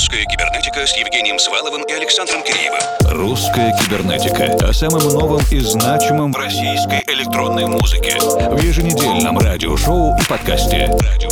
«Русская кибернетика» с Евгением Сваловым и Александром Киреевым. «Русская кибернетика» о самом новом и значимом в российской электронной музыке. В еженедельном радиошоу и подкасте.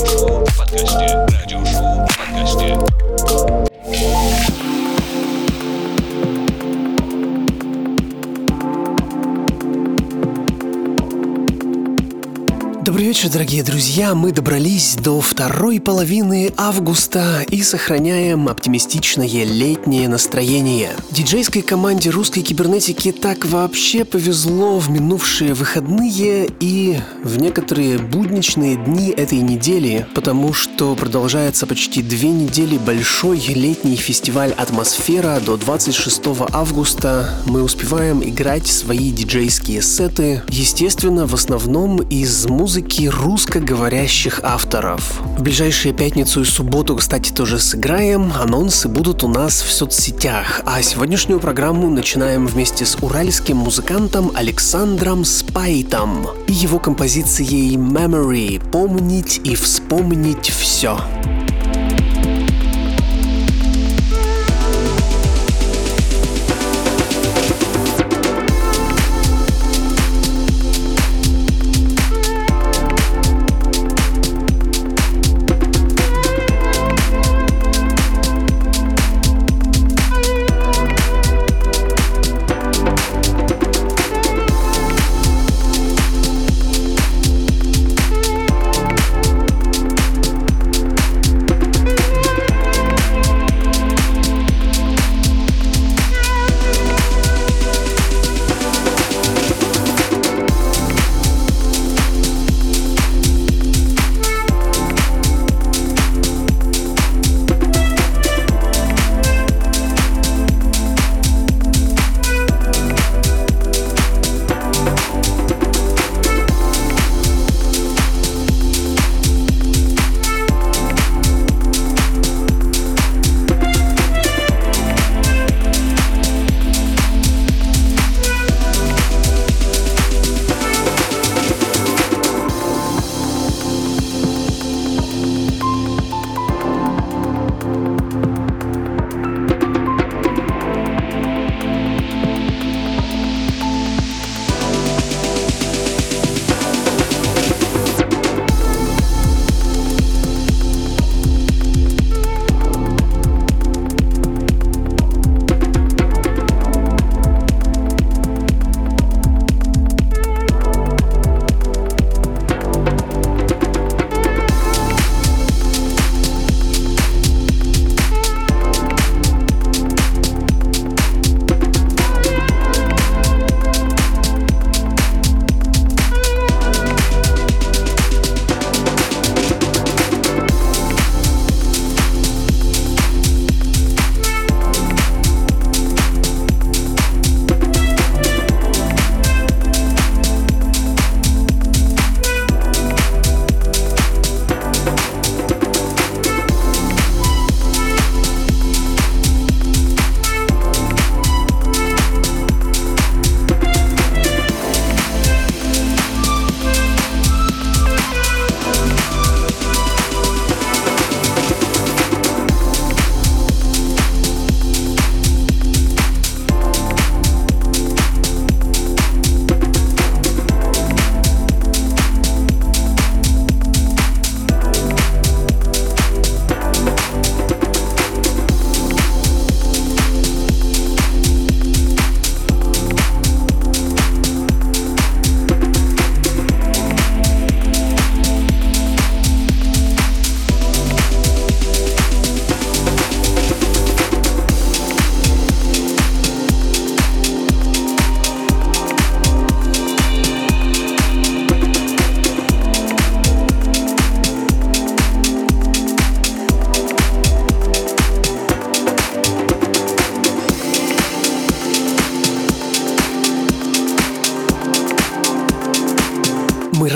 Добрый вечер, дорогие друзья! Мы добрались до второй половины августа и сохраняем оптимистичное летнее настроение. Диджейской команде русской кибернетики так вообще повезло в минувшие выходные и в некоторые будничные дни этой недели, потому что продолжается почти 2 недели большой летний фестиваль «Атмосфера». До 26 августа мы успеваем играть свои диджейские сеты, естественно, в основном из музыки русскоговорящих авторов. В ближайшие пятницу и субботу, кстати, тоже сыграем. Анонсы будут у нас в соцсетях. А сегодняшнюю программу начинаем вместе с уральским музыкантом Александром Спайтом и его композицией «Memory» — «Помнить и вспомнить все».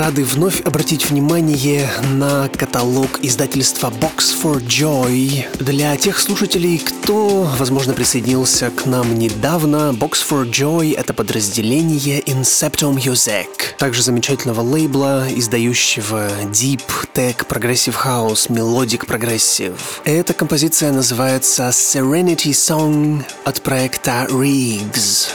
рады вновь обратить внимание на каталог издательства Box for Joy. Для тех слушателей, кто, возможно, присоединился к нам недавно, Box for Joy — это подразделение Incepto Music, также замечательного лейбла, издающего Deep, Tech, Progressive House, Melodic Progressive. Эта композиция называется Serenity Song от проекта Riggs.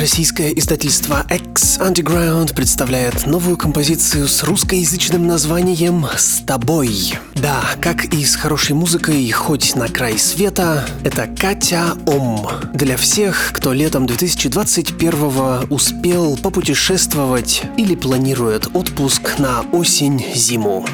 Российское издательство X Underground представляет новую композицию с русскоязычным названием «С тобой». Да, как и с хорошей музыкой «Хоть на край света», это Катя Ом. Для всех, кто летом 2021-го успел попутешествовать или планирует отпуск на осень-зиму.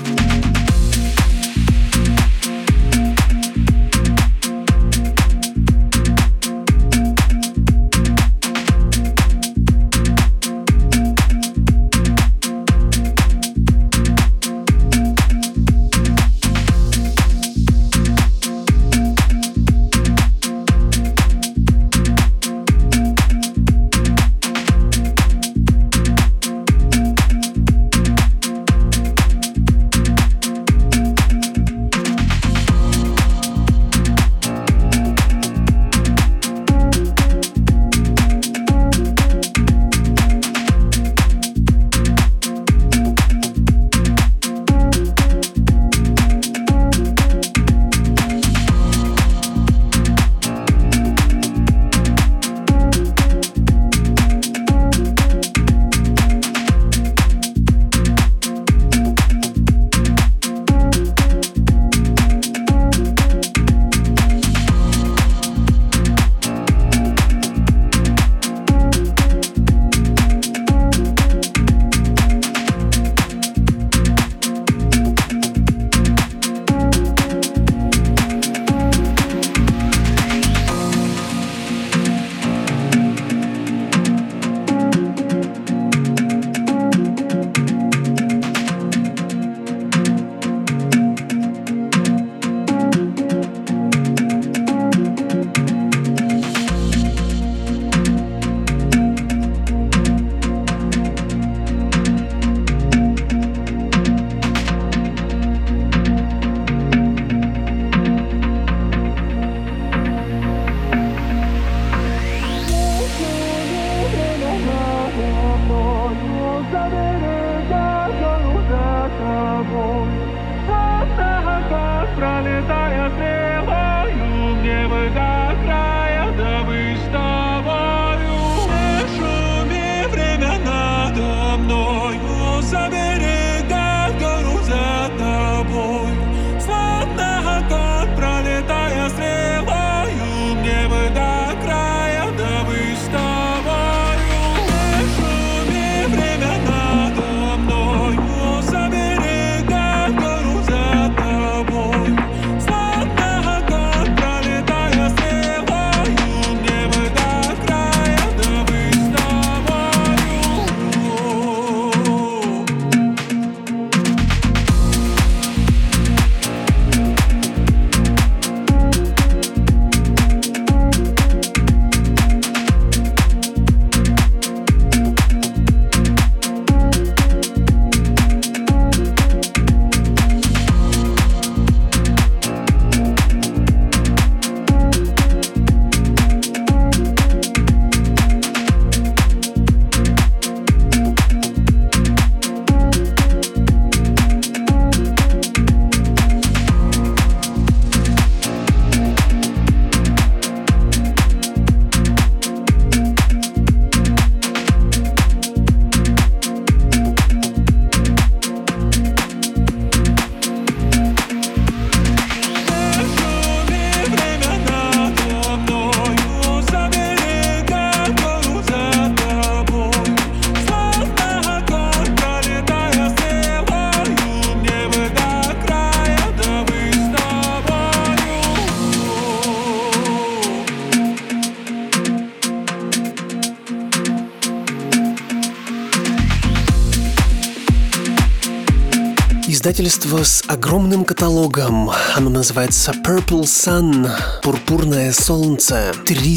Издательство с огромным каталогом. Оно называется Purple Sun, Пурпурное солнце.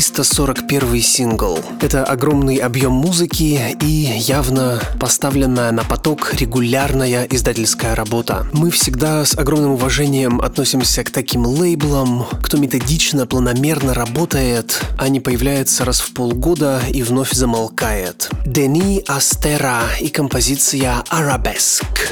341 сингл. Это огромный объем музыки и явно поставленная на поток регулярная издательская работа. Мы всегда с огромным уважением относимся к таким лейблам, кто методично, планомерно работает, а не появляется раз в полгода и вновь замолкает. Дени Астера и композиция Arabesque.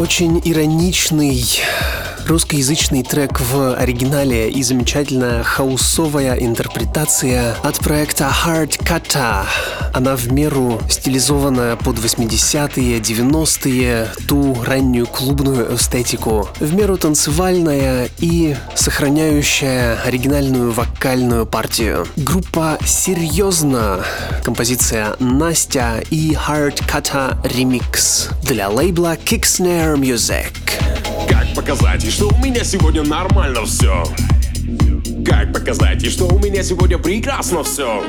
очень ироничный русскоязычный трек в оригинале и замечательная хаусовая интерпретация от проекта Hard Kata. Она в меру стилизованная под 80-е, 90-е, ту раннюю клубную эстетику, в меру танцевальная и сохраняющая оригинальную вокальную партию. Группа «Серьезно», композиция «Настя» и Hard Kata ремикс для лейбла Kicksnare Music. Как показать ей, что у меня сегодня нормально все? Как показать ей, что у меня сегодня прекрасно все?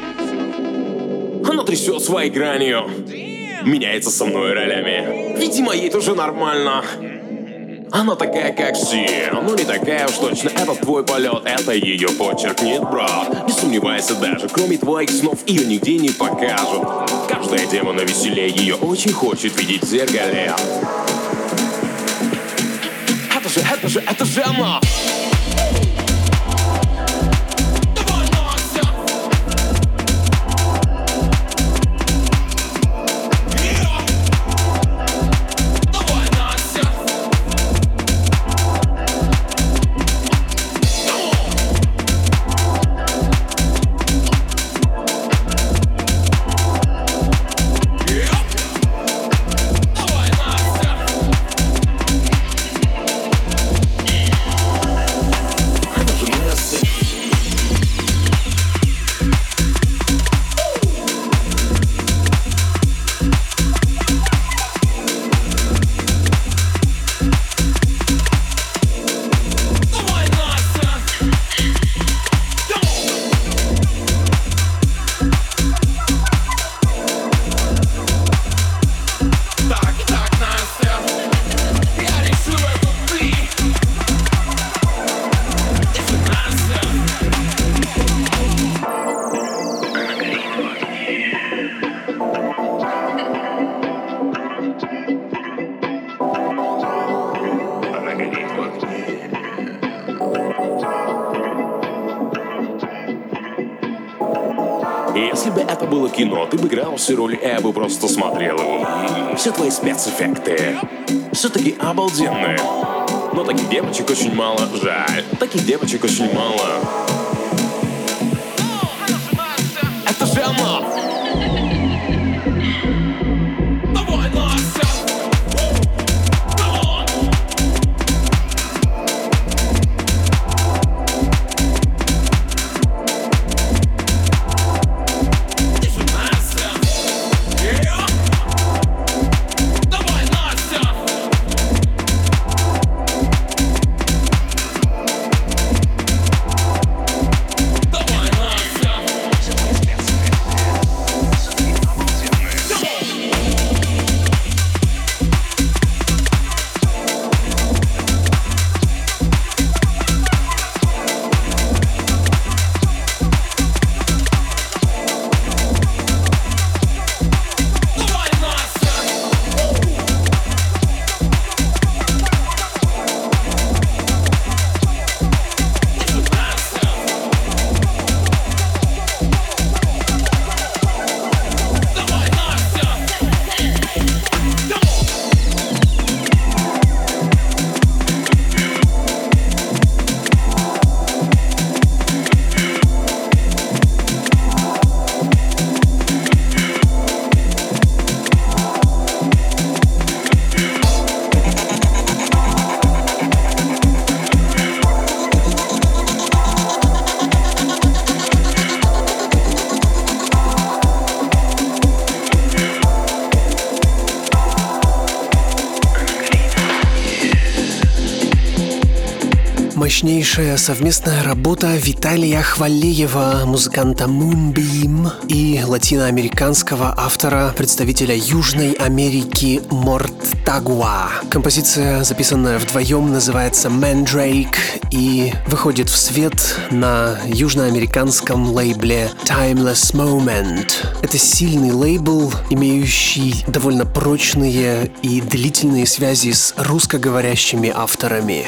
Она трясет своей гранью, меняется со мной ролями. Видимо, ей тоже нормально. Она такая, как все, но не такая уж точно. Это твой полет, это ее почерк, нет, брат. Не сомневайся даже, кроме твоих снов ее нигде не покажут. Каждая демона веселее, ее очень хочет видеть в зеркале. Это же она! Если бы это было кино, ты бы играл всю роль, я бы просто смотрел его. Все твои спецэффекты все-таки обалденные. Но таких девочек очень мало, жаль. Таких девочек очень мало. Это же она! Мощнейшая совместная работа Виталия Хвалеева, музыканта Moonbeam, и латиноамериканского автора, представителя Южной Америки Морттагуа. Композиция, записанная вдвоем, называется Mandrake и выходит в свет на южноамериканском лейбле Timeless Moment. Это сильный лейбл, имеющий довольно прочные и длительные связи с русскоговорящими авторами.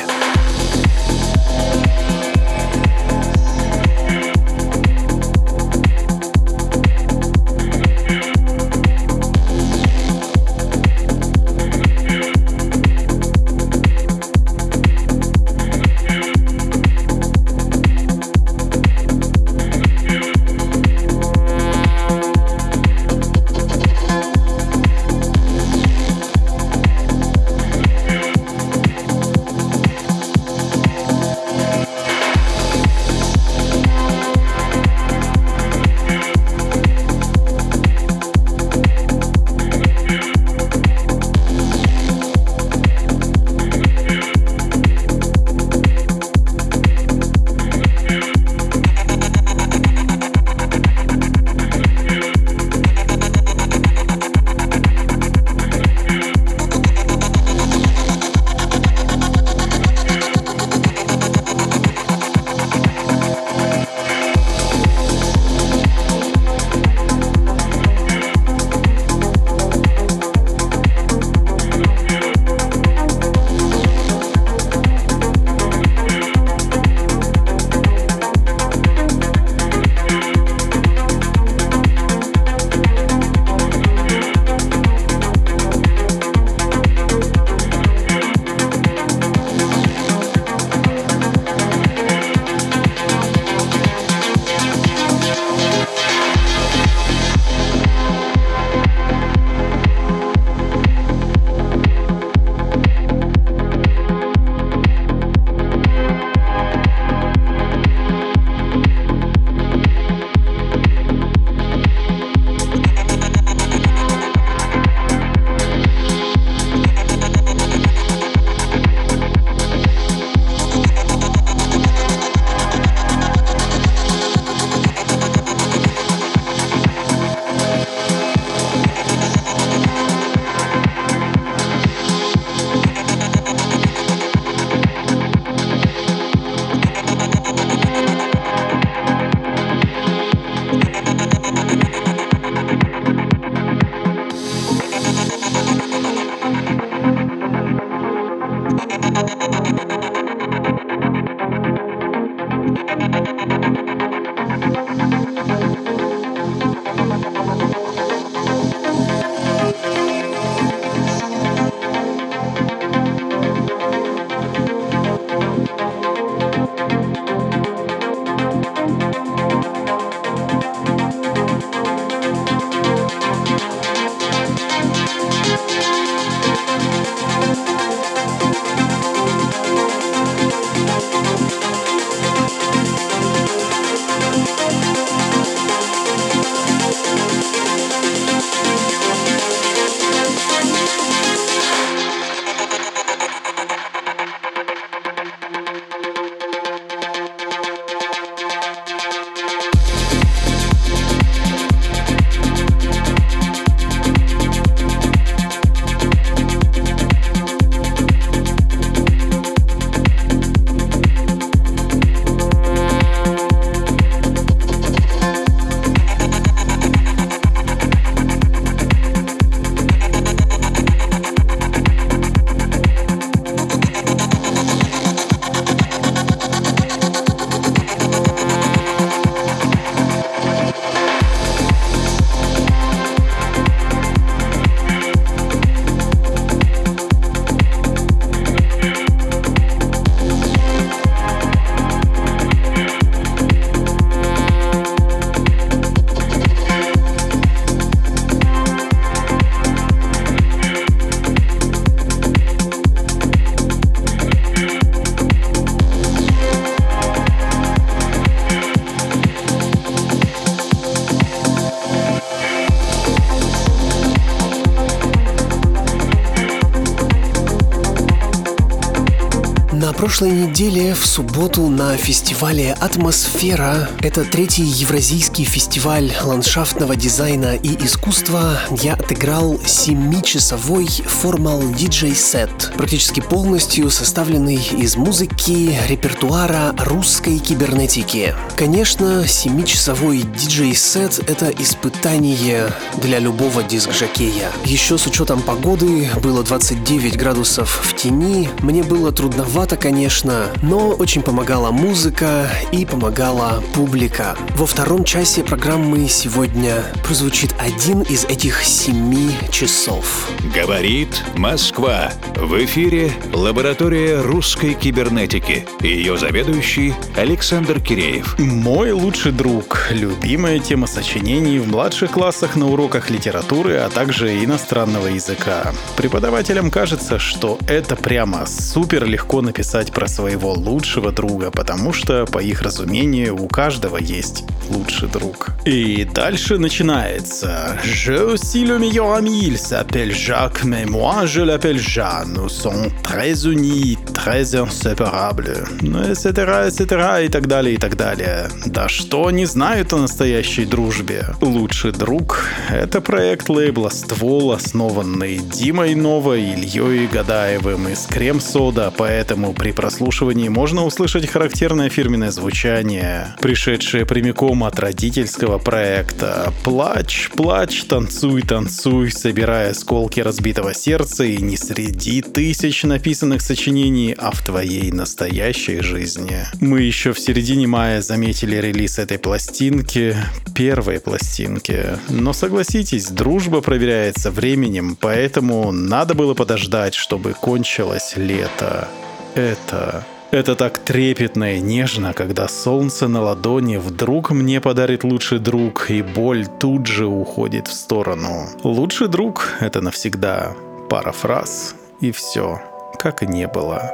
прошлой неделе в субботу на фестивале «Атмосфера», это 3-й Евразийский фестиваль ландшафтного дизайна и искусства, я отыграл 7-часовой формал диджей-сет, практически полностью составленный из музыки репертуара русской кибернетики. Конечно, 7-часовой диджей-сет — это испытание для любого диск-жокея. Еще с учетом погоды было 29 градусов в тени, мне было трудновато, конечно, но очень помогала музыка и помогала публика. Во втором часе программы сегодня прозвучит один из этих 7 часов. Говорит Москва. В эфире лаборатория русской кибернетики. Ее заведующий Александр Киреев. Мой лучший друг. Любимая тема сочинений в младших классах на уроках литературы, а также иностранного языка. Преподавателям кажется, что это прямо супер легко написать про своего лучшего друга, потому что, по их разумению, у каждого есть лучший друг. И дальше начинается. Je suis le meilleur ami, il s'appelle Jacques, mais moi je l'appelle Jean. Nous sommes très unis, très inséparables. Etc. и так далее, и так далее. Да что они знают о настоящей дружбе? Лучший друг — это проект лейбла «Ствол», основанный Димой Ново, Ильей Гадаевым из Крем-Сода, поэтому при прослушивании можно услышать характерное фирменное звучание, пришедшее прямиком от родительского проекта. Плачь, плачь, танцуй, танцуй, собирая осколки разбитого сердца, и не среди тысяч написанных сочинений, а в твоей настоящей жизни. Мы еще в середине мая заметили релиз этой пластинки, первой пластинки. Но согласитесь, дружба проверяется временем, поэтому надо было подождать, чтобы кончилось лето. Это так трепетно и нежно, когда солнце на ладони вдруг мне подарит лучший друг, и боль тут же уходит в сторону. Лучший друг — это навсегда. Пара фраз, и все, как и не было.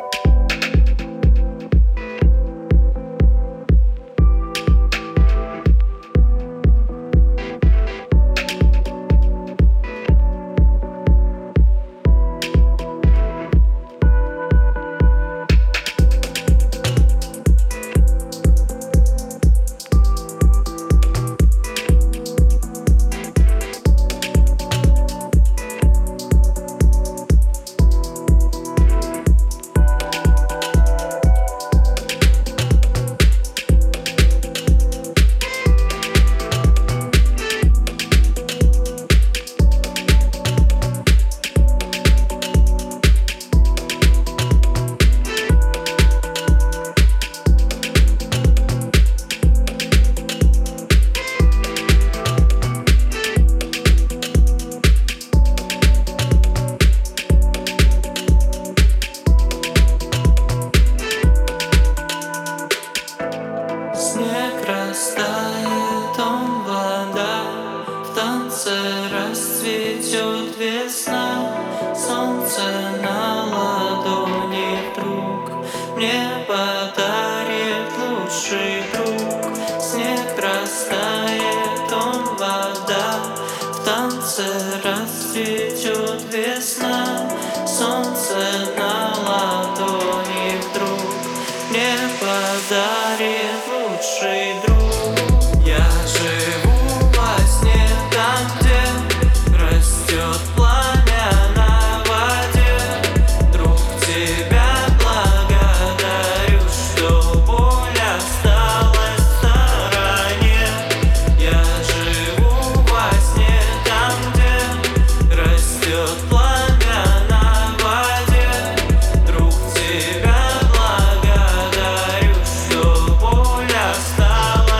Тебя благодарю, что боль осталась.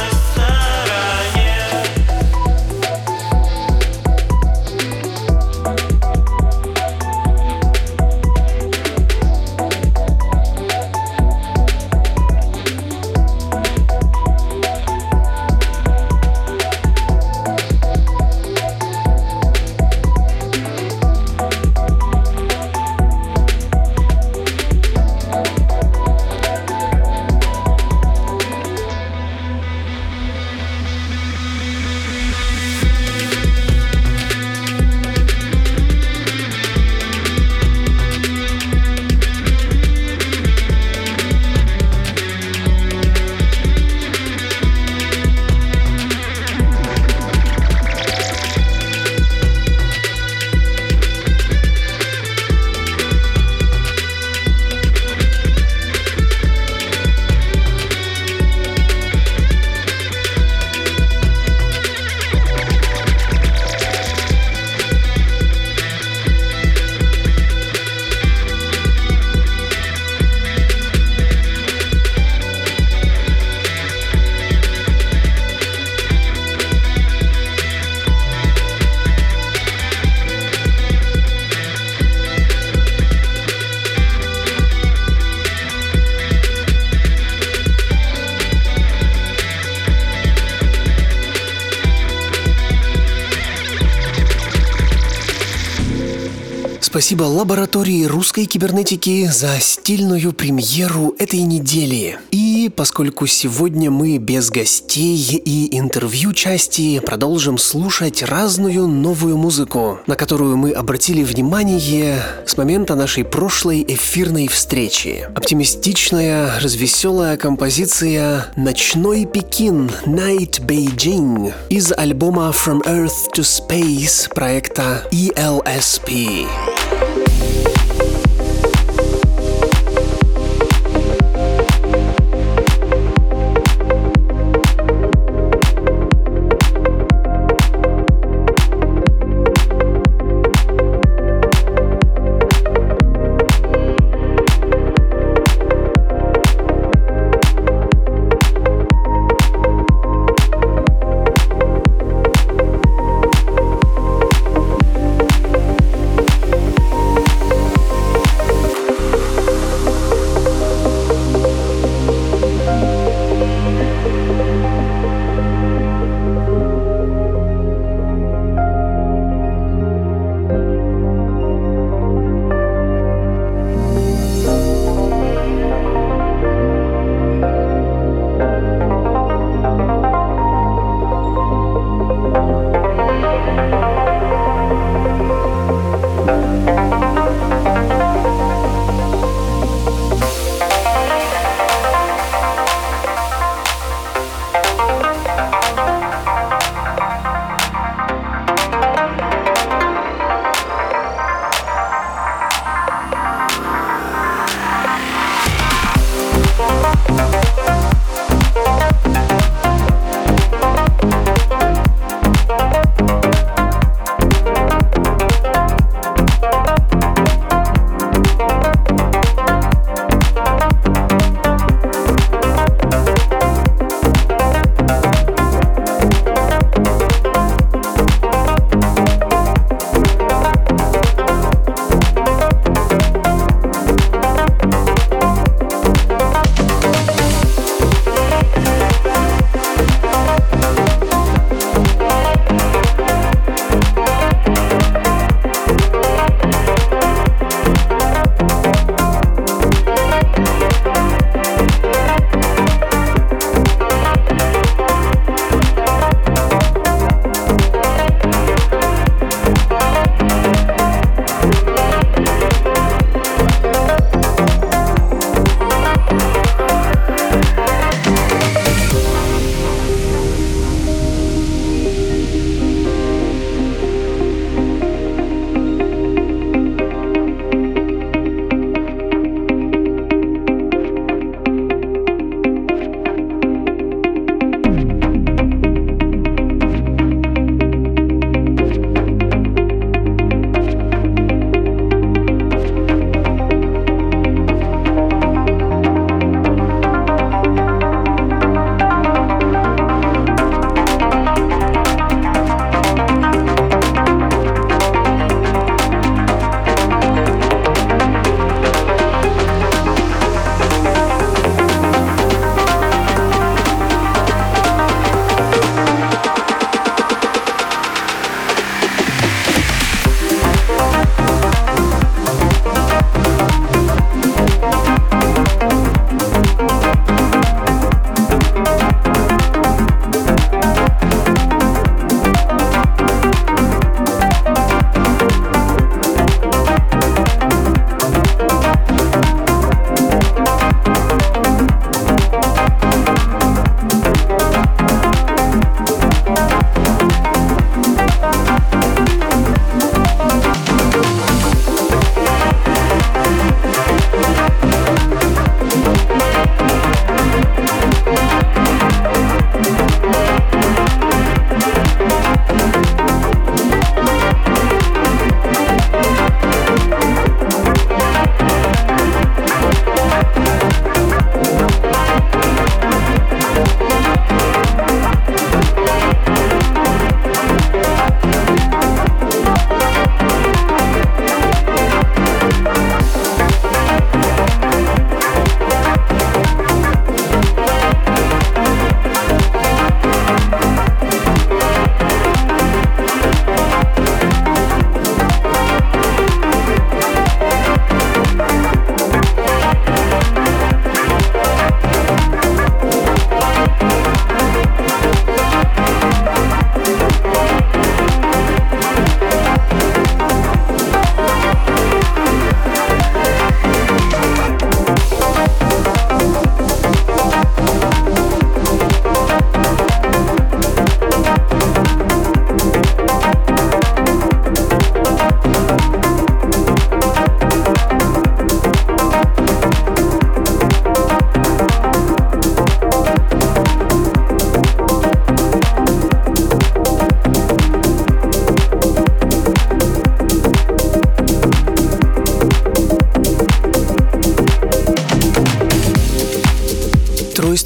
спасибо лаборатории русской кибернетики за стильную премьеру этой недели. И поскольку сегодня мы без гостей и интервью части, продолжим слушать разную новую музыку, на которую мы обратили внимание с момента нашей прошлой эфирной встречи. Оптимистичная, развеселая композиция «Ночной Пекин» Night Beijing из альбома From Earth to Space проекта ELSP.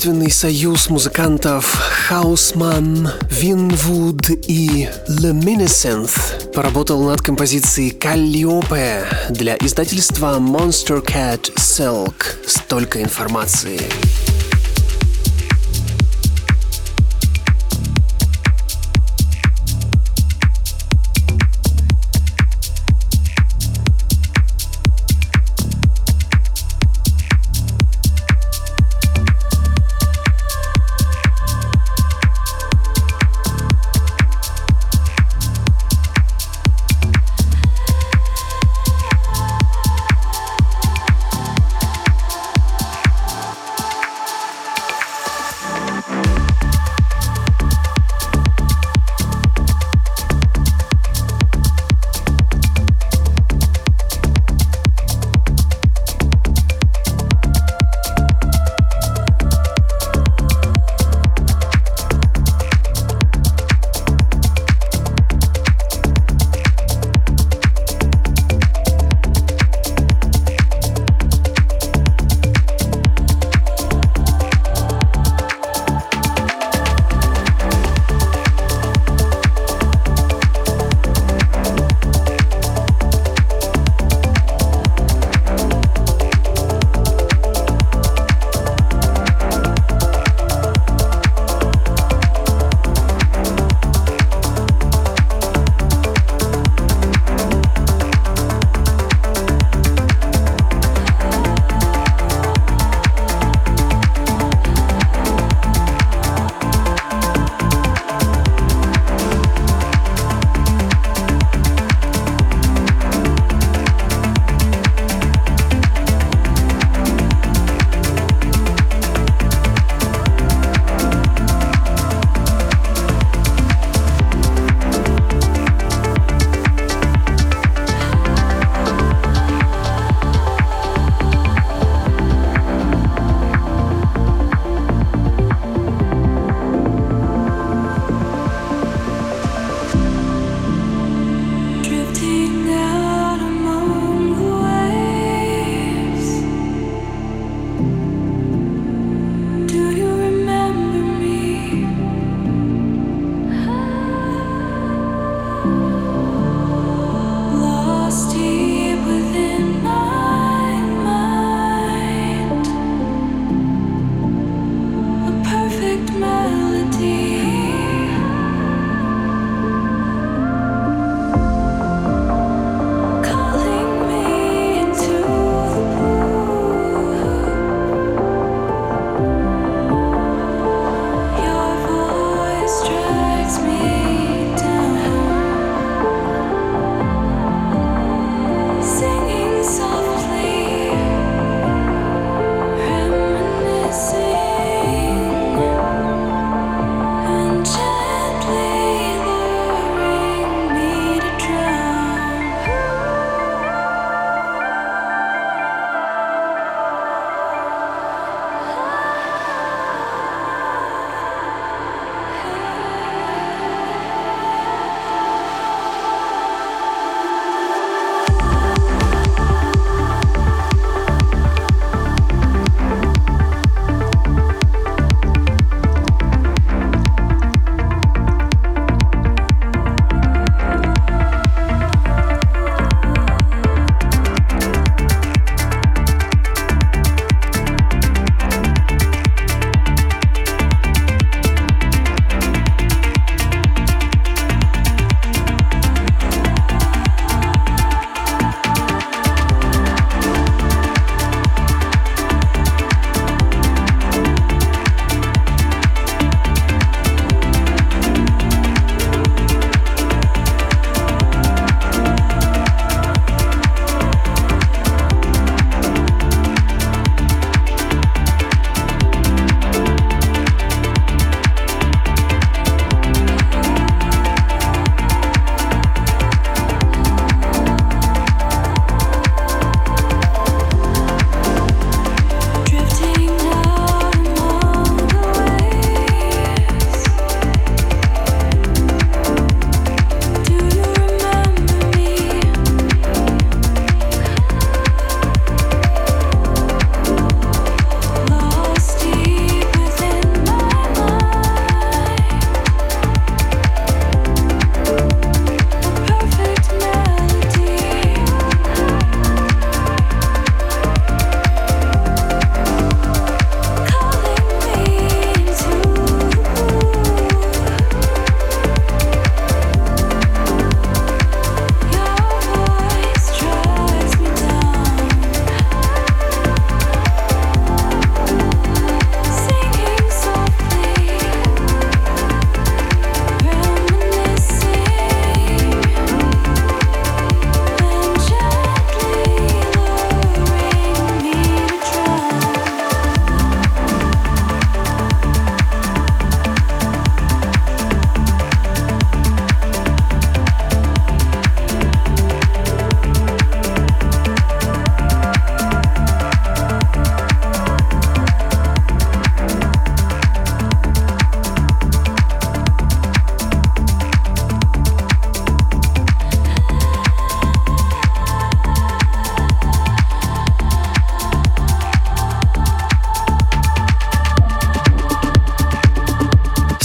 дружественный союз музыкантов Хаусман, Винвуд и Luminescence поработал над композицией Calliope для издательства Monster Cat Silk. Столько информации.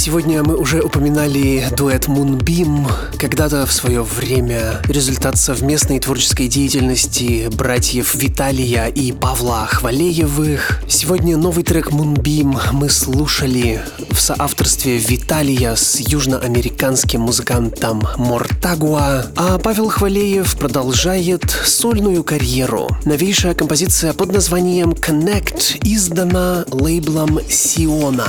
Сегодня мы уже упоминали дуэт Moonbeam, когда-то в свое время результат совместной творческой деятельности братьев Виталия и Павла Хвалеевых. Сегодня новый трек Moonbeam мы слушали в соавторстве Виталия с южноамериканским музыкантом Мортагуа, а Павел Хвалеев продолжает сольную карьеру. Новейшая композиция под названием Connect издана лейблом Сиона.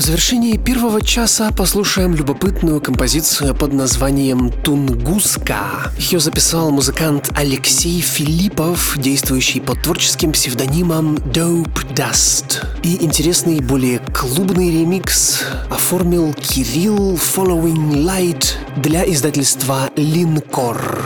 завершении первого часа послушаем любопытную композицию под названием «Тунгуска». Ее записал музыкант Алексей Филиппов, действующий под творческим псевдонимом Dope Dust. И интересный, более клубный ремикс оформил Кирилл Following Light для издательства Линкор.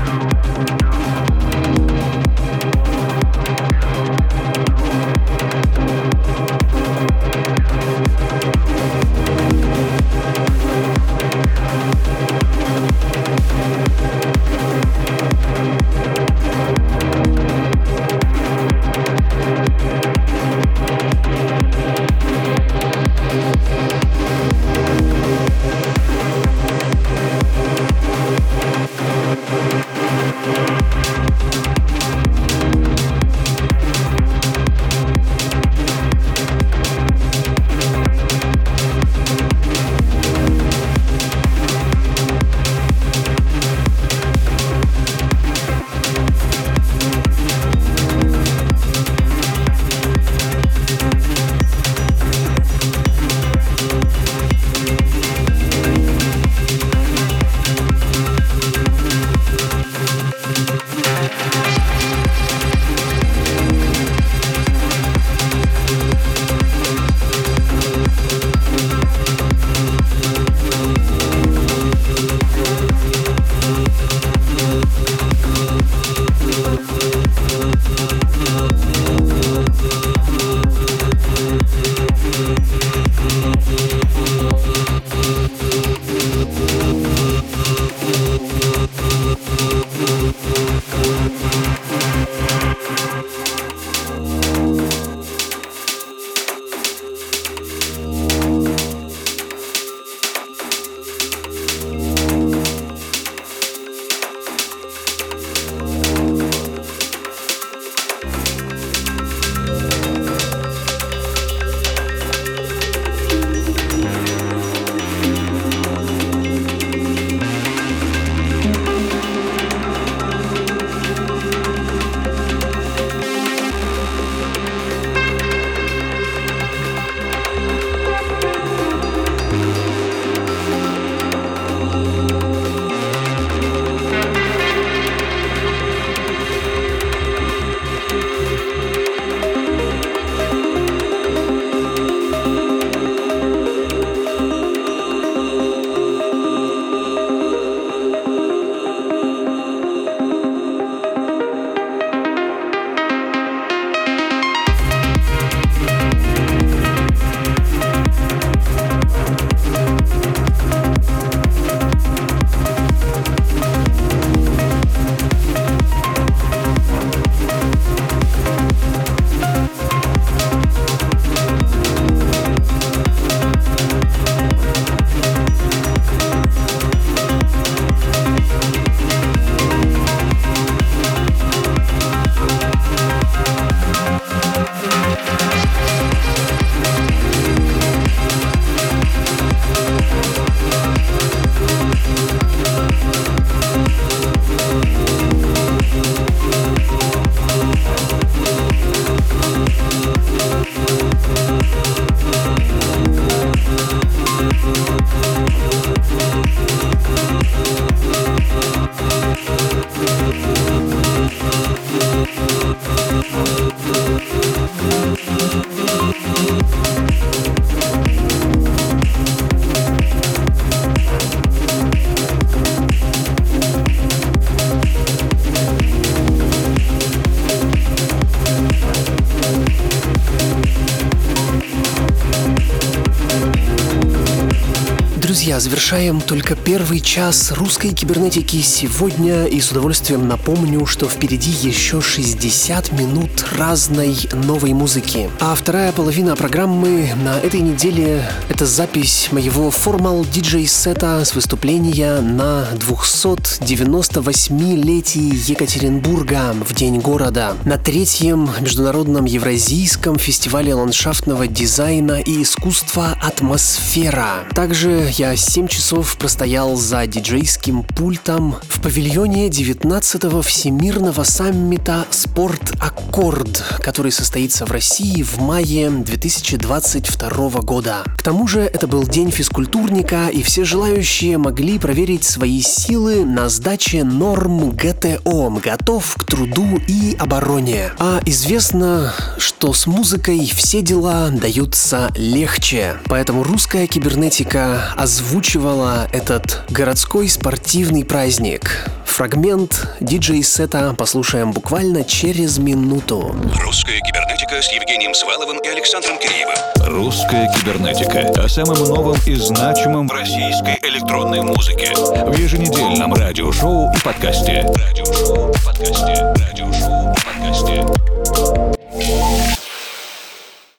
Друзья, завершаем только первый час русской кибернетики сегодня, и с удовольствием напомню, что впереди еще 60 минут разной новой музыки. А вторая половина программы на этой неделе — это запись моего формал диджей-сета с выступления на 298-летии Екатеринбурга в День города, на 3-м международном евразийском фестивале ландшафтного дизайна и искусства «Атмосфера». Также я я 7 часов простоял за диджейским пультом в павильоне 19-го Всемирного саммита «Спорт Аккорд», который состоится в России в мае 2022 года. К тому же это был день физкультурника, и все желающие могли проверить свои силы на сдаче норм ГТО – «Готов к труду и обороне». А известно, что с музыкой все дела даются легче. Поэтому русская кибернетика озвучивала этот городской спортивный праздник. Фрагмент диджей-сета послушаем буквально через минуту. Русская кибернетика с Евгением Сваловым и Александром Киреевым. Русская кибернетика. О самом новом и значимом в российской электронной музыке. В еженедельном радиошоу и подкасте. Радиошоу и подкасте.